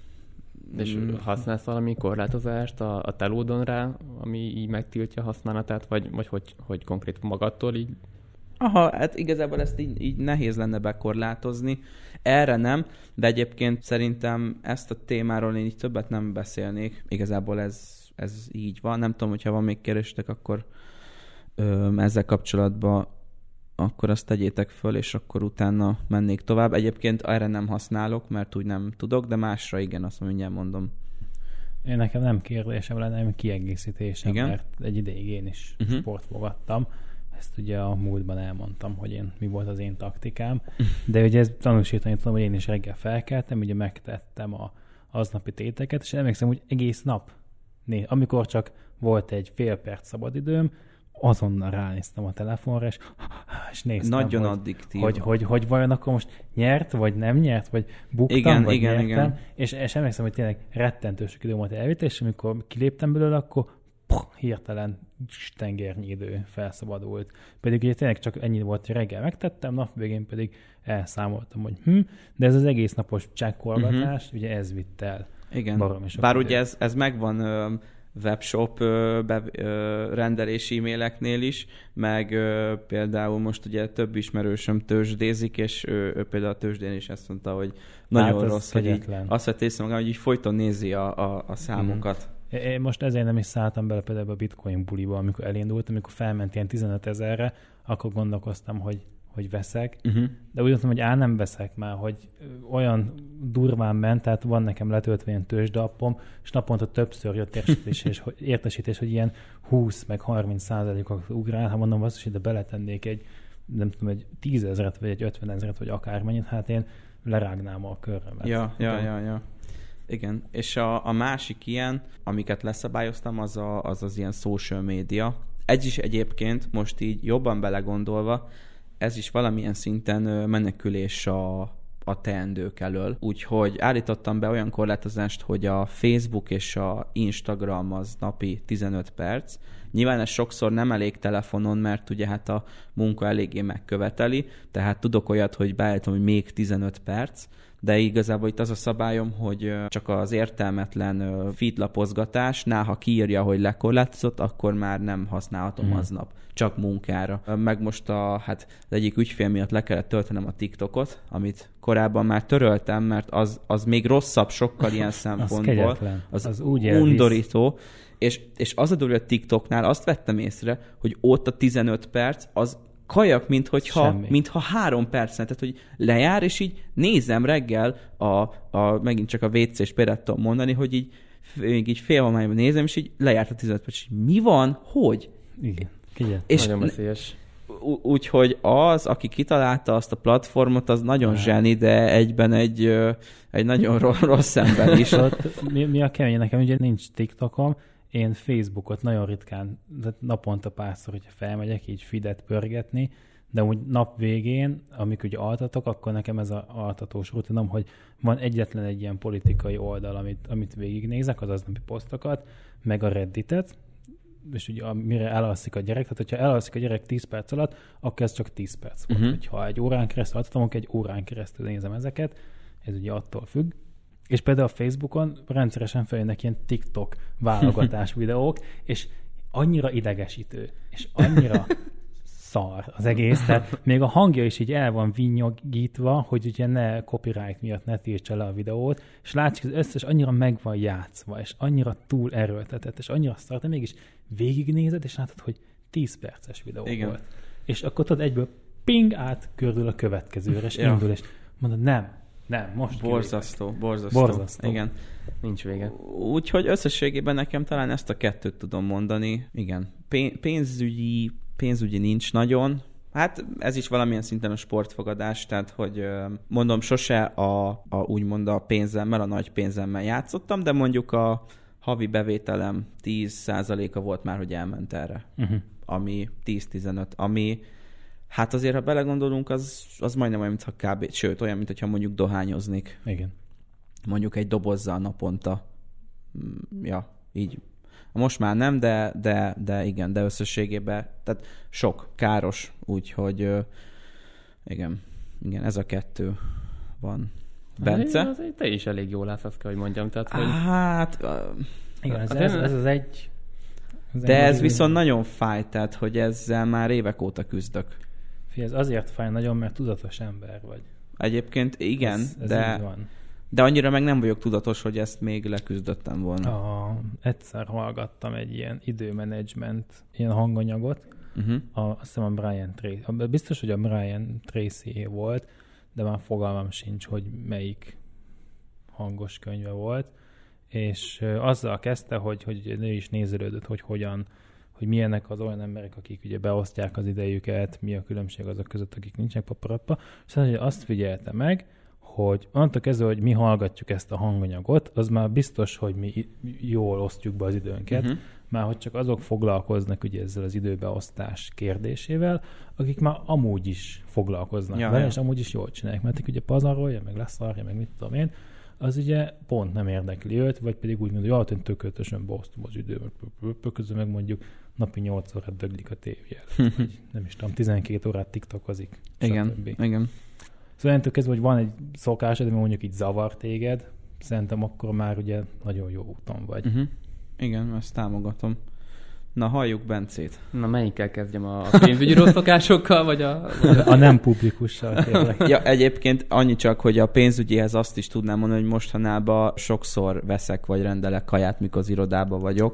És használsz valami korlátozást a telódon rá, ami így megtiltja használatát, vagy hogy konkrét magadtól így? Aha, hát igazából ezt így nehéz lenne bekorlátozni. Erre nem, de egyébként szerintem ezt a témáról én így többet nem beszélnék. Igazából ez így van. Nem tudom, hogyha van még kérdéstek, akkor ezzel kapcsolatban akkor azt tegyétek föl, és akkor utána mennék tovább. Egyébként erre nem használok, mert úgy nem tudok, de másra igen, azt mindjárt mondom. Én nekem nem kérdésem lenne, hanem kiegészítésem, igen? Mert egy ideig én is sportfogadtam. Ezt ugye a múltban elmondtam, hogy mi volt az én taktikám, de ugye ezt tanúsítani tudom, hogy én is reggel felkeltem, ugye megtettem aznapi téteket, és emlékszem, hogy egész nap, amikor csak volt egy fél perc szabadidőm, azonnal ránéztem a telefonra, és néztem, nagyon addiktív. Hogy vajon akkor most nyert, vagy nem nyert, vagy buktam, vagy nyertem. Igen. És emlékszem, hogy tényleg rettentő sok idő volt elvitt, és amikor kiléptem belőle, akkor hirtelen tengernyi idő felszabadult. Pedig ugye tényleg csak ennyi volt, hogy reggel megtettem, nap végén pedig elszámoltam, hogy de ez az egész napos csekkolgatás, ugye ez vitt el. Igen, bár ugye ez megvan webshop rendelési e-maileknél is, meg például most ugye több ismerősöm tőzsdézik, és ő például a tőzsdén is ezt mondta, hogy nagyon rossz, hogy így azt vett észre magam, hogy így folyton nézi a számokat. Én most ezért nem is szálltam bele például a bitcoin buliba, amikor elindult, amikor felment ilyen 15 000-re, akkor gondolkoztam, hogy veszek, de úgy mondtam, hogy nem veszek már, hogy olyan durván ment, tehát van nekem letöltve ilyen tőzsdeappom, és naponta többször jött értesítés, hogy ilyen 20 meg 30%-ot ugrál, ha mondom, azt is ide beletennék egy 10 000-et, vagy egy 50 000-et, vagy akármennyit, hát én lerágnám a körömet. Ja. Igen, és a másik ilyen, amiket leszabályoztam, az ilyen social media. Ez is egyébként most így jobban belegondolva, ez is valamilyen szinten menekülés a teendők elől. Úgyhogy állítottam be olyan korlátozást, hogy a Facebook és a Instagram az napi 15 perc. Nyilván ez sokszor nem elég telefonon, mert ugye hát a munka eléggé megköveteli, tehát tudok olyat, hogy beállítom, hogy még 15 perc, de igazából itt az a szabályom, hogy csak az értelmetlen feedlapozgatásnál, ha kiírja, hogy lekorlátozott, akkor már nem használhatom aznap, csak munkára. Meg most az egyik ügyfél miatt le kellett töltenem a TikTokot, amit korábban már töröltem, mert az még rosszabb sokkal ilyen szempontból. Az úgy undorító. És az a durva, hogy a TikToknál azt vettem észre, hogy ott a 15 perc az kajak, mintha 3 percen, tehát hogy lejár, és így nézem reggel megint csak a WC-s példát tudom mondani, hogy így félhomályban nézem, és így lejárt a 15 perc, és mi van? Hogy? Igen. És nagyon veszélyes. Úgyhogy aki kitalálta azt a platformot, az nagyon zseni, de egyben egy nagyon rossz ember is. Mi a kemény? Nekem ugye nincs TikTokom, én Facebookot nagyon ritkán, naponta párszor, hogyha felmegyek, így feedet pörgetni, de úgy nap végén, amikor ugye altatok, akkor nekem ez az altatós rutinom, hogy van egyetlen egy ilyen politikai oldal, amit végignézek, az aznapi posztokat, meg a Redditet, és ugye mire elalszik a gyerek, tehát hogyha elalszik a gyerek 10 perc alatt, akkor ez csak 10 perc volt. Hogyha egy órán keresztül altatom, akkor egy órán keresztül nézem ezeket, ez ugye attól függ. És például a Facebookon rendszeresen feljönnek ilyen TikTok válogatás videók, és annyira idegesítő, és annyira szar az egész, tehát még a hangja is így el van vinnyogítva, hogy ugye ne copyright miatt ne tiltsa le a videót, és látszik, az összes annyira meg van játszva, és annyira túl erőltetett, és annyira szar, de mégis végignézed, és látod, hogy 10 perces videó volt. És akkor tudod egyből ping át körül a következőre, és indul, és mondod, nem, most borzasztó. Igen. Nincs vége. Úgyhogy összességében nekem talán ezt a kettőt tudom mondani. Igen. Pénzügyi nincs nagyon. Hát ez is valamilyen szinten a sportfogadás, tehát hogy mondom, sose úgymond a pénzemmel, a nagy pénzemmel játszottam, de mondjuk a havi bevételem 10%-a volt már, hogy elment erre. Ami 10-15, ami hát azért, ha belegondolunk, az majdnem olyan, mintha sőt, olyan, mintha mondjuk dohányoznék. Igen. Mondjuk egy dobozzal naponta. Ja, így. Most már nem, de igen, de összességében, tehát sok, káros, úgyhogy igen, ez a kettő van. Bence? Te is elég jól állsz, azt kell, hogy mondjam. Tehát, hogy... Hát... Igen, ez az egy... De ez viszont nagyon fáj, tehát, hogy ezzel már évek óta küzdök. Ez azért fáj nagyon, mert tudatos ember vagy. Egyébként igen, ez de annyira meg nem vagyok tudatos, hogy ezt még leküzdöttem volna. Egyszer hallgattam egy ilyen időmenedzsment, ilyen hanganyagot. Azt hiszem a Brian Tracy. Biztos, hogy a Brian Tracy volt, de már fogalmam sincs, hogy melyik hangos könyve volt. És azzal kezdte, hogy ő is nézelődött, hogy milyenek az olyan emberek, akik ugye beosztják az idejüket, mi a különbség azok között, akik nincsenek paparappa. És azt figyelte meg, hogy onnantól kezdve, hogy mi hallgatjuk ezt a hanganyagot, az már biztos, hogy mi jól osztjuk be az időnket, már hogy csak azok foglalkoznak ugye ezzel az időbeosztás kérdésével, akik már amúgy is foglalkoznak vele, és amúgy is jól csinálják, mert ugye pazarolja, meg leszarja, meg mit tudom én, az ugye pont nem érdekli őt, vagy pedig úgy mondja, hogy én tökéletesen beosztom az időmet, közben meg mondjuk napi 8 órát döglik a tévé. Nem is tudom, 12 órát tiktokozik. Igen. Szóval entől kezdve, hogy van egy szokásod, ami mondjuk így zavar téged, szerintem akkor már ugye nagyon jó úton vagy. Igen, ezt támogatom. Na, halljuk Bencét. Na, melyikkel kezdjem? A pénzügyi rossz szokásokkal, vagy a nem publikussal kérlek. Ja, egyébként annyi csak, hogy a pénzügyihez azt is tudnám mondani, hogy mostanában sokszor veszek vagy rendelek kaját, mikor az irodában vagyok.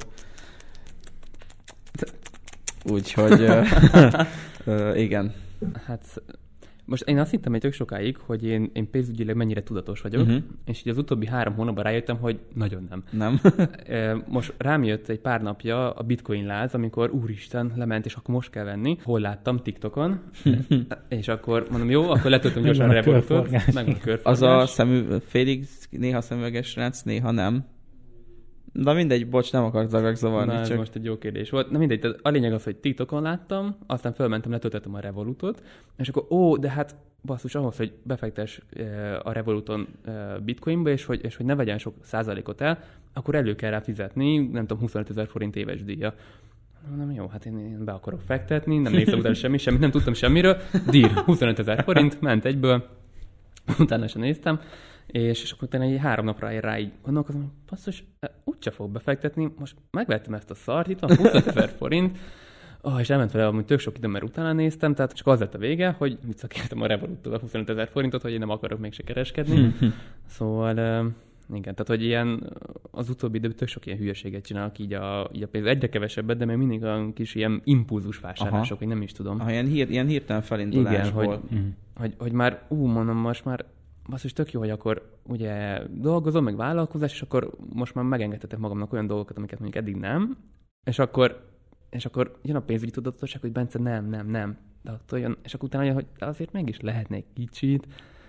Úgyhogy igen. Hát most én azt hittem egy tök sokáig, hogy én pénzügyileg mennyire tudatos vagyok, és így az utóbbi 3 hónapban rájöttem, hogy nagyon nem. Nem? Most rám jött egy pár napja a bitcoin láz, amikor úristen, lement, és akkor most kell venni. Hol láttam? TikTokon. És akkor mondom, jó, akkor letöltöm gyorsan a Revolutot. Meg a körforgás. Az a félig néha szemüveges rác, néha nem. Na mindegy, bocs, nem akarok zavarni. Na, csak... most egy jó kérdés volt. Na mindegy, a lényeg az, hogy TikTokon láttam, aztán fölmentem, letöltöttem a Revolutot, és akkor de hát basszus, ahhoz, hogy befektess a Revoluton bitcoinba, és hogy ne vegyen sok százalékot el, akkor elő kell rá fizetni, nem tudom, 25 000 forint éves díja. Nem jó, hát én be akarok fektetni, nem néztem utána semmit, nem tudtam semmiről. Dír, 25 000 forint, ment egyből, utána sem néztem, és akkor utána egy 3 napra rá így gondolkozom, hogy basszus, úgyse fog befektetni, most megvettem ezt a szart, itt van 25 000 forint, és elment vele amúgy tök sok idő, mert utána néztem, tehát csak az lett a vége, hogy visszakértem a Revoluttól a 25 000 forintot, hogy én nem akarok mégse kereskedni. Szóval... igen, tehát hogy ilyen az utóbbi időben tök sok ilyen hülyeséget csinálok, így a pénz egyre kevesebbet, de még mindig a kis ilyen impulzus vásárlások, hogy nem is tudom. Ilyen hirtelen felindulásból. Igen, hogy már mondom, most már basszus tök jó, hogy akkor ugye dolgozom, meg vállalkozás, és akkor most már megengedhetek magamnak olyan dolgokat, amiket mondjuk eddig nem, és akkor jön a pénzügyi tudatosság, hogy Bence nem. De attól jön, és akkor utána jön, hogy azért mégis lehetne egy kicsit.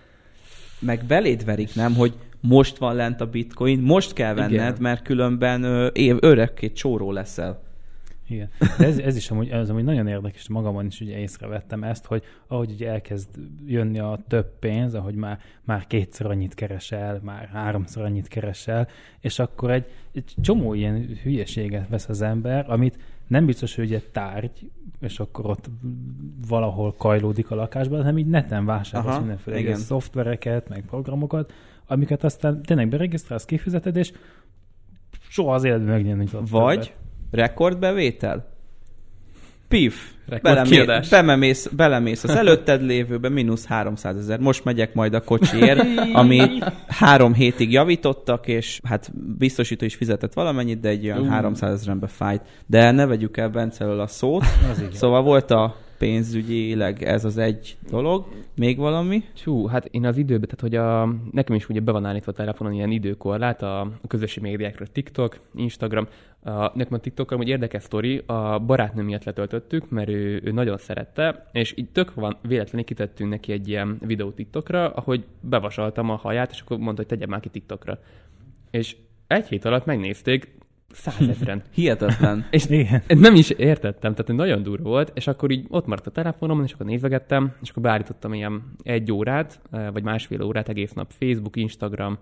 Meg beléd verik, nem, hogy most van lent a bitcoin, most kell venned, igen, mert különben örökké csóró leszel. Igen. De ez is amúgy nagyon érdekes, magamon is ugye észrevettem ezt, hogy ahogy ugye elkezd jönni a több pénz, ahogy már 2-szer annyit keresel, már 3-szor annyit keresel, és akkor egy csomó ilyen hülyeséget vesz az ember, amit nem biztos, hogy egy tárgy, és akkor ott valahol kajlódik a lakásban, hanem így neten vásárolsz mindenféle szoftvereket, meg programokat, amiket aztán tényleg beregisztrálsz, kifizeted, és soha az életben megnyerni tudod. Vagy rekordbevétel. Pif! Belemész az előtted lévőbe, mínusz 300 000. Most megyek majd a kocsiért, ami 3 hétig javítottak, és hát biztosító is fizetett valamennyit, de egy olyan 300 000-be fájt. De ne vegyük el Bencelől a szót. Szóval volt a pénzügyileg ez az egy dolog. Még valami? Hát én az időben, tehát hogy nekem is ugye be van állítva a telefonon ilyen időkorlát, a közösségi médiákra, TikTok, Instagram. Nekem a TikTokon hogy érdekes sztori, a barátnőm miatt letöltöttük, mert ő nagyon szerette, és így tök van, véletlenül kitettünk neki egy ilyen videót TikTokra, ahogy bevasaltam a haját, és akkor mondta, hogy tegye már ki TikTokra. És egy hét alatt megnézték 100 000-en. Hihetetlen. És nem is értettem, tehát nagyon durva volt, és akkor így ott maradt a telefonom, és akkor nézegettem, és akkor beállítottam ilyen 1 órát, vagy másfél órát egész nap, Facebook, Instagram,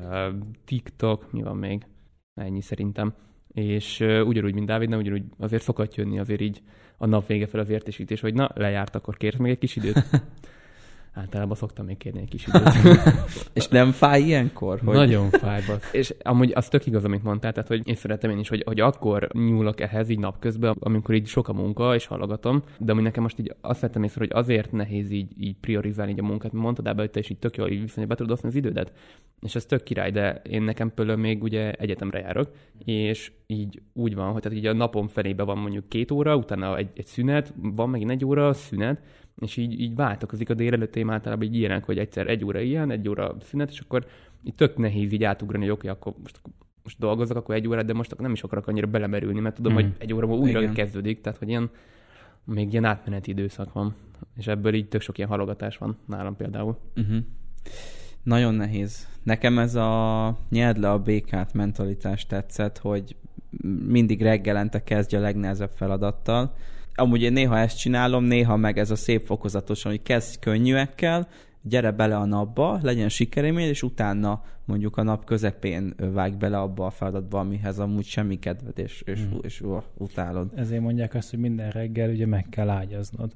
TikTok, mi van még? Ennyi szerintem. És ugyanúgy, mint Dávidnál, ugyanúgy azért szokott jönni azért így a nap vége fel az értesítés, hogy na, lejárt, akkor kérsz még egy kis időt. Általában szoktam még kérni egy kis időt. És nem fáj ilyenkor? Hogy... Nagyon fáj. És amúgy az tök igaz, amit mondtál, tehát hogy én szeretem én is, hogy akkor nyúlok ehhez így napközben, amikor így sok a munka, és hallgatom, de amúgy nekem most így azt vettem észre, hogy azért nehéz így priorizálni így a munkát, mert mondtad ebbe, hogy te is így tök jól így viszonylag be tudod osztani az idődet. És ez tök király, de én nekem például még ugye egyetemre járok, és így úgy van, hogy tehát így a napom felébe van mondjuk 2 óra, utána egy szünet, van megint 1 óra szünet, és így váltakozik a délelőttém általában így ilyenek, hogy egyszer 1 óra ilyen, 1 óra szünet, és akkor így tök nehéz így átugrani, hogy oké, akkor most dolgozok, akkor 1 órát, de most nem is akarok annyira belemerülni, mert tudom, hogy 1 óra újra kezdődik, tehát hogy még ilyen átmeneti időszak van, és ebből így tök sok ilyen halogatás van nálam például. Nagyon nehéz. Nekem ez a nyerd le a békát mentalitás tetszett, hogy mindig reggelente kezdje a legnehezebb feladattal. Amúgy én néha ezt csinálom, néha meg ez a szép fokozatosan, hogy kezd könnyűekkel, gyere bele a napba, legyen sikerélmény, és utána mondjuk a nap közepén vágj bele abba a feladatba, amihez amúgy semmi kedved, és utálod. Ezért mondják azt, hogy minden reggel ugye meg kell ágyaznod.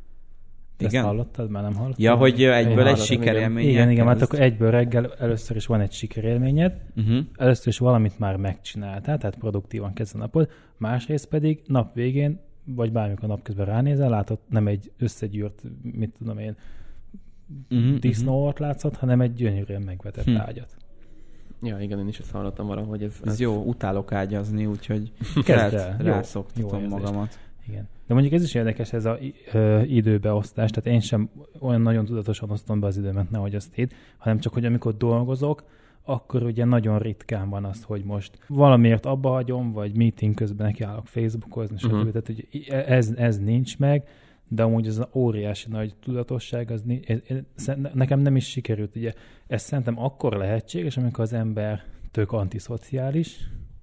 Ezt hallottad? Már nem hallottad? Ja, hogy egyből egy sikerélmény. Igen, hát akkor egyből reggel először is van egy sikerélményed, először is valamit már megcsináltál, tehát produktívan kezd a napod, másrészt pedig nap végén, vagy bármikor napközben ránézel, látod nem egy összegyűrt, mit tudom én, disznóort látszott, hanem egy gyönyörűen megvetett ágyat. Ja, igen, én is ezt hallottam valahogy. Ez jó, utálok ágyazni, úgyhogy rászoktatom magamat. Igen. De mondjuk ez is érdekes, ez az időbeosztás, tehát én sem olyan nagyon tudatosan osztom be az időmet, nehogy azt hidd, hanem csak, hogy amikor dolgozok, akkor ugye nagyon ritkán van az, hogy most valamiért abba hagyom, vagy meeting közben nekiállok Facebookozni, stb. Tehát hogy ez nincs meg, de amúgy ez az óriási nagy tudatosság, az nekem nem is sikerült. Ugye ez szerintem akkor lehetséges, amikor az ember tök antiszociális,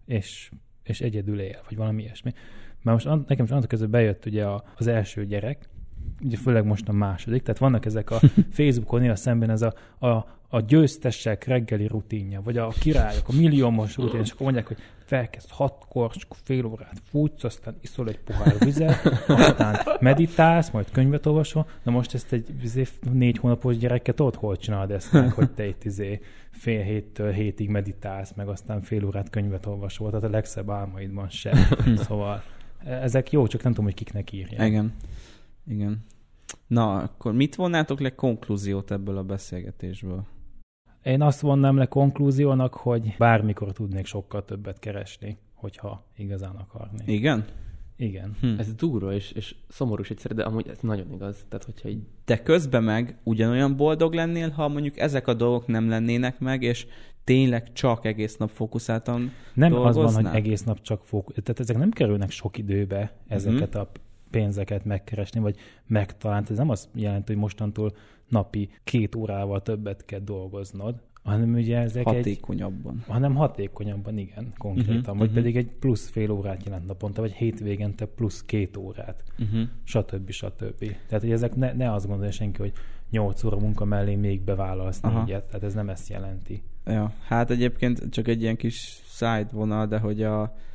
és egyedül él, vagy valami ilyesmi. Mert most nekem is annak közben bejött ugye az első gyerek, ugye főleg most a második, tehát vannak ezek a Facebookon néha szemben ez a győztesek reggeli rutinja, vagy a királyok, a milliómos rutin, és akkor mondják, hogy felkezd 6-kor, és akkor fél órát futsz, aztán iszol egy pohár vizet, aztán meditálsz, majd könyvet olvasol. Na most ezt egy 4 hónapos gyereket ott hol csinálod ezt meg, hogy te itt fél héttől hétig meditálsz, meg aztán fél órát könyvet olvasol, tehát a legszebb álmaidban sem. Szóval ezek jó, csak nem tudom, hogy kiknek írják. Igen. Na, akkor mit vonnátok le konklúziót ebből a beszélgetésből? Én azt vonnám le konklúziónak, hogy bármikor tudnék sokkal többet keresni, hogyha igazán akarnék. Igen? Igen. Ez durva és szomorú is egyszerre, de amúgy ez nagyon igaz. Tehát, hogyha így... De közben meg ugyanolyan boldog lennél, ha mondjuk ezek a dolgok nem lennének meg, és tényleg csak egész nap fókuszáltan nem dolgoznál? Az van, hogy egész nap csak tehát ezek nem kerülnek sok időbe, ezeket a pénzeket megkeresni, vagy megtalálni. Ez nem azt jelenti, hogy mostantól napi 2 órával többet kell dolgoznod, hanem ugye ezek hatékonyabban. Hanem hatékonyabban, igen, konkrétan. Vagy pedig egy plusz fél órát jelent naponta, vagy hétvégente plusz 2 órát, stb. Tehát, hogy ezek ne azt gondolja senki, hogy 8 óra munka mellé még bevállalsz 4-et, tehát ez nem ezt jelenti. Ja, hát egyébként csak egy ilyen kis side vonal, de hogy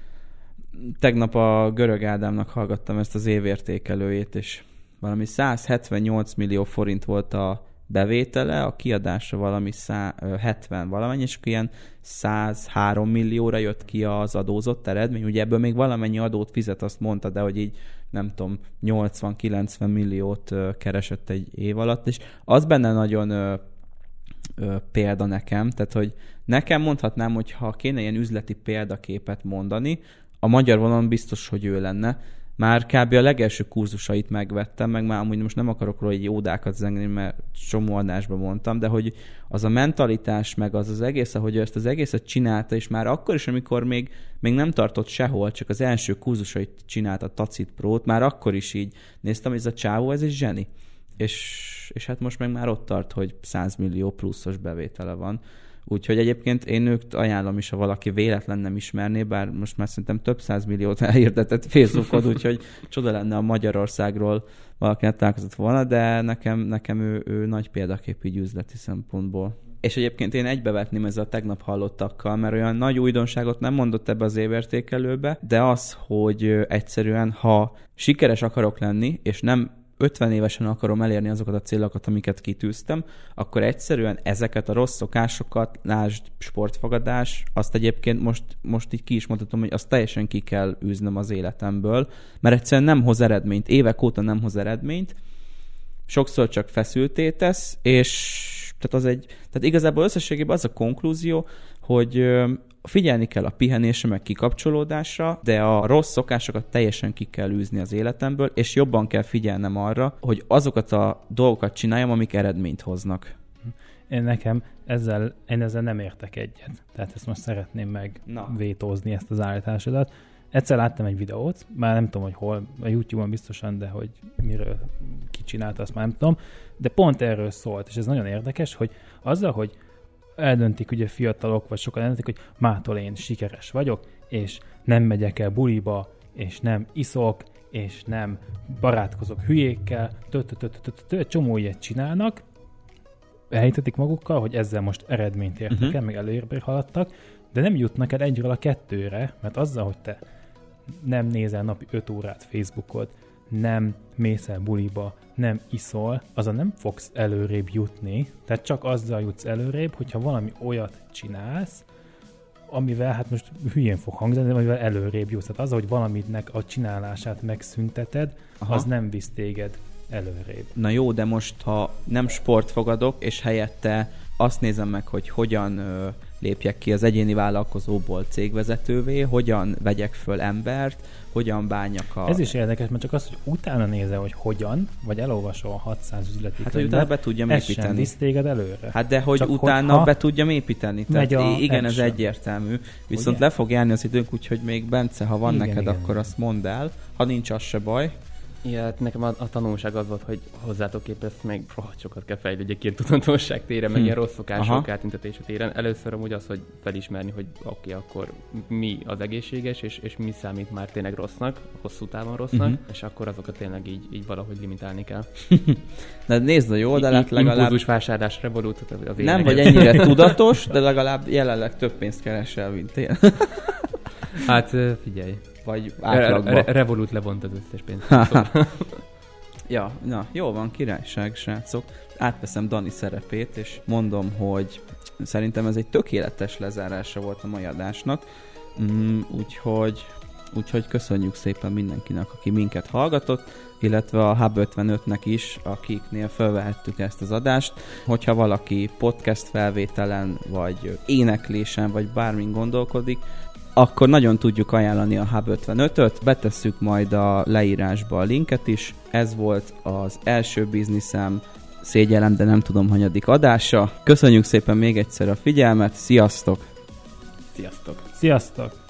tegnap a Görög Ádámnak hallgattam ezt az évértékelőjét, és valami 178 millió forint volt a bevétele, a kiadása valami 70 valamennyi, és ilyen 103 millióra jött ki az adózott eredmény. Ugye ebből még valamennyi adót fizet, azt mondta, de hogy így nem tudom, 80-90 milliót keresett egy év alatt, és az benne nagyon példa nekem, tehát hogy nekem mondhatnám, hogy ha kéne ilyen üzleti példaképet mondani, a magyar vonalon biztos, hogy ő lenne. Már kb. A legelső kurzusait megvettem, meg már amúgy most nem akarok róla egy ódákat zengeni, mert csomó adásban mondtam, de hogy az a mentalitás, meg az egész, ahogy ezt az egészet csinálta, és már akkor is, amikor még nem tartott sehol, csak az első kurzusait csinálta a Tacit Pro-t, már akkor is így néztem, hogy ez a csávó, ez egy zseni. És hát most meg már ott tart, hogy 100 millió pluszos bevétele van. Úgyhogy egyébként én őt ajánlom is, ha valaki véletlen nem ismerné, bár most már szerintem több 100 milliót elhirdetett Facebookon, úgyhogy csoda lenne a Magyarországról valakinek találkozott volna, de nekem ő nagy példakép így üzleti szempontból. És egyébként én egybevetném ezzel a tegnap hallottakkal, mert olyan nagy újdonságot nem mondott ebbe az évértékelőbe, de az, hogy egyszerűen, ha sikeres akarok lenni, és nem 50 évesen akarom elérni azokat a célokat, amiket kitűztem, akkor egyszerűen ezeket a rossz szokásokat, lásd sportfogadás, azt egyébként most így ki is mondhatom, hogy azt teljesen ki kell űznöm az életemből, mert egyszerűen nem hoz eredményt, évek óta nem hoz eredményt, sokszor csak feszültté tesz, és tehát igazából összességében az a konklúzió, hogy figyelni kell a pihenésre, meg kikapcsolódásra, de a rossz szokásokat teljesen ki kell űzni az életemből, és jobban kell figyelnem arra, hogy azokat a dolgokat csináljam, amik eredményt hoznak. Én ezzel nem értek egyet. Tehát ezt most szeretném megvétózni ezt az állításodat. Egyszer láttam egy videót, már nem tudom, hogy hol, a YouTube-on biztosan, de hogy miről ki csinálta, azt már nem tudom, de pont erről szólt, és ez nagyon érdekes, hogy azzal, hogy eldöntik ugye fiatalok, vagy sokan eldöntik, hogy mától én sikeres vagyok, és nem megyek el buliba, és nem iszok, és nem barátkozok hülyékkel, csomó ilyet csinálnak, elhitetik magukkal, hogy ezzel most eredményt értek el, meg előrébb haladtak, de nem jutnak el egyről a 2-re, mert azzal, hogy te nem nézel napi 5 órát Facebookot, nem mész el buliba, nem iszol, azzal nem fogsz előrébb jutni, tehát csak azzal jutsz előrébb, hogyha valami olyat csinálsz, amivel, hát most hülyén fog hangzani, de amivel előrébb jutsz. Tehát az, hogy valaminek a csinálását megszünteted, az nem visz téged előrébb. Na jó, de most, ha nem sportfogadok, és helyette azt nézem meg, hogy hogyan lépjek ki az egyéni vállalkozóból cégvezetővé, hogyan vegyek föl embert, hogyan bánjak Ez is érdekes, mert csak az, hogy utána nézel, hogy hogyan, vagy elolvasol 600 üzleti könyvet, hogy utána be tudjam építeni. Ez sem visz téged előre. Hát de hogy csak utána be tudjam építeni. Tehát igen, ez egyértelmű. Viszont le fog járni az időnk, úgyhogy még Bence, ha van neked, akkor azt mondd el. Ha nincs, az se baj. Ja, nekem a tanulság az volt, hogy hozzátok képest még rohadt sokat kell fejlődjek ilyen tudatosság téren, meg ilyen rossz szokások átüntetése téren. Először amúgy az, hogy felismerni, hogy oké, akkor mi az egészséges, és mi számít már tényleg rossznak, hosszú távon rossznak, és akkor azokat tényleg így valahogy limitálni kell. De nézd a jó oldalát, legalább... Impulzus vásárlás, Revolut az nem vagy ennyire tudatos, de legalább jelenleg több pénzt keresel, mint én. Hát figyelj. Vagy átlagban. Revolut levont az összes pénzt. Ja, na, jó van, királyság, srácok. Átveszem Dani szerepét, és mondom, hogy szerintem ez egy tökéletes lezárása volt a mai adásnak. Úgyhogy köszönjük szépen mindenkinek, aki minket hallgatott, illetve a Hub 55-nek is, akiknél felvehettük ezt az adást. Hogyha valaki podcast felvételen, vagy éneklésen, vagy bármin gondolkodik, akkor nagyon tudjuk ajánlani a Hub 55-öt, betesszük majd a leírásba a linket is. Ez volt az első bizniszem, szégyellem, de nem tudom, hanyadik adása. Köszönjük szépen még egyszer a figyelmet, sziasztok! Sziasztok! Sziasztok!